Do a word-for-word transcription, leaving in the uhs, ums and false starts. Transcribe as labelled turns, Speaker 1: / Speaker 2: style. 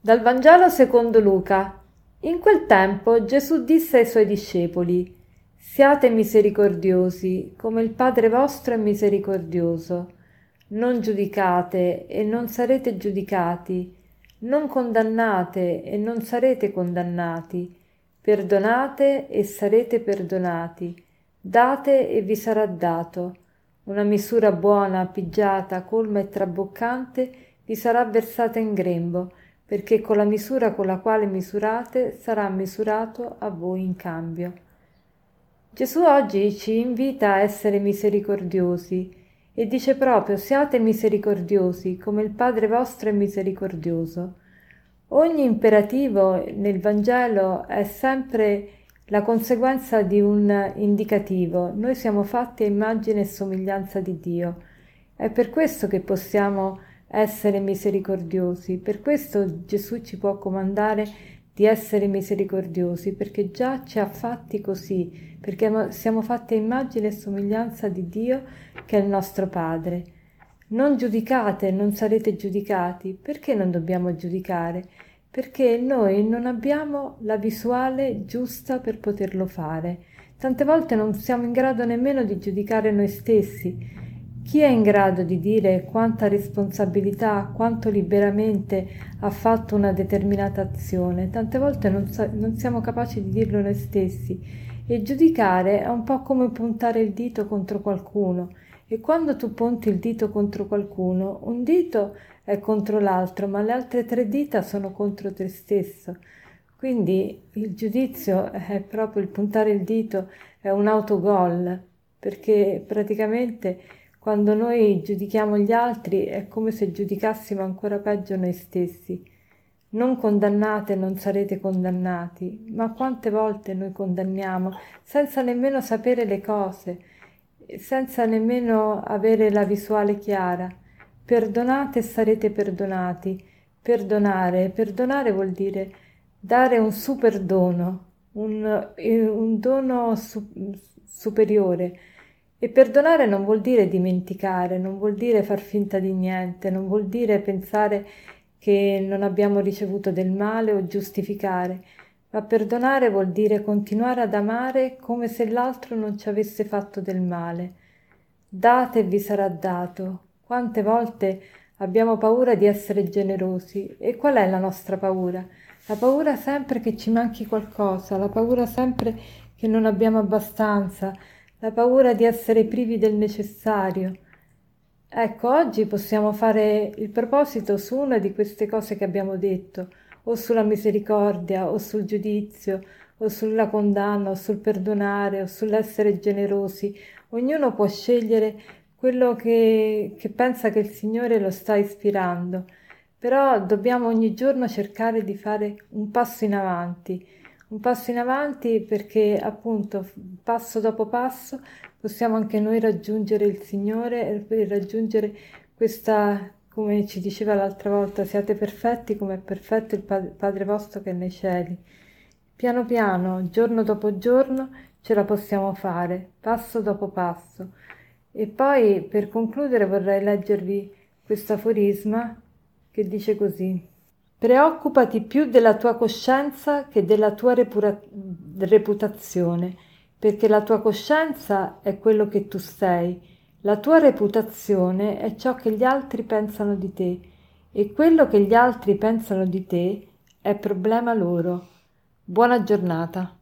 Speaker 1: Dal Vangelo secondo Luca. In quel tempo Gesù disse ai suoi discepoli: Siate misericordiosi, come il Padre vostro è misericordioso. Non giudicate e non sarete giudicati. Non condannate e non sarete condannati. Perdonate e sarete perdonati. Date e vi sarà dato. Una misura buona, pigiata, colma e traboccante vi sarà versata in grembo, perché con la misura con la quale misurate sarà misurato a voi in cambio. Gesù oggi ci invita a essere misericordiosi e dice proprio: siate misericordiosi come il Padre vostro è misericordioso. Ogni imperativo nel Vangelo è sempre la conseguenza di un indicativo. Noi siamo fatti a immagine e somiglianza di Dio. È per questo che possiamo essere misericordiosi, per questo Gesù ci può comandare di essere misericordiosi, perché già ci ha fatti così, perché siamo fatti a immagine e somiglianza di Dio, che è il nostro Padre. Non giudicate, non sarete giudicati. Perché non dobbiamo giudicare? Perché noi non abbiamo la visuale giusta per poterlo fare. Tante volte non siamo in grado nemmeno di giudicare noi stessi. Chi è in grado di dire quanta responsabilità, quanto liberamente ha fatto una determinata azione? Tante volte non, sa- non siamo capaci di dirlo noi stessi. E giudicare è un po' come puntare il dito contro qualcuno. E quando tu punti il dito contro qualcuno, un dito è contro l'altro, ma le altre tre dita sono contro te stesso. Quindi il giudizio è proprio il puntare il dito, è un autogol, perché praticamente quando noi giudichiamo gli altri è come se giudicassimo ancora peggio noi stessi. Non condannate, non sarete condannati. Ma quante volte noi condanniamo senza nemmeno sapere le cose, senza nemmeno avere la visuale chiara. Perdonate e sarete perdonati. Perdonare, perdonare vuol dire dare un super dono, un, un dono su, superiore. E perdonare non vuol dire dimenticare, non vuol dire far finta di niente, non vuol dire pensare che non abbiamo ricevuto del male o giustificare, ma perdonare vuol dire continuare ad amare come se l'altro non ci avesse fatto del male. Date e vi sarà dato. Quante volte abbiamo paura di essere generosi? E qual è la nostra paura? La paura sempre che ci manchi qualcosa, la paura sempre che non abbiamo abbastanza, la paura di essere privi del necessario. Ecco, oggi possiamo fare il proposito su una di queste cose che abbiamo detto, o sulla misericordia, o sul giudizio, o sulla condanna, o sul perdonare, o sull'essere generosi. Ognuno può scegliere quello che, che pensa che il Signore lo sta ispirando, però dobbiamo ogni giorno cercare di fare un passo in avanti, un passo in avanti perché appunto passo dopo passo possiamo anche noi raggiungere il Signore e raggiungere questa, come ci diceva l'altra volta, siate perfetti come è perfetto il Padre vostro che è nei cieli. Piano piano, giorno dopo giorno, ce la possiamo fare, passo dopo passo. E poi, per concludere, vorrei leggervi questo aforisma che dice così: preoccupati più della tua coscienza che della tua repura- reputazione, perché la tua coscienza è quello che tu sei, la tua reputazione è ciò che gli altri pensano di te, e quello che gli altri pensano di te è problema loro. Buona giornata.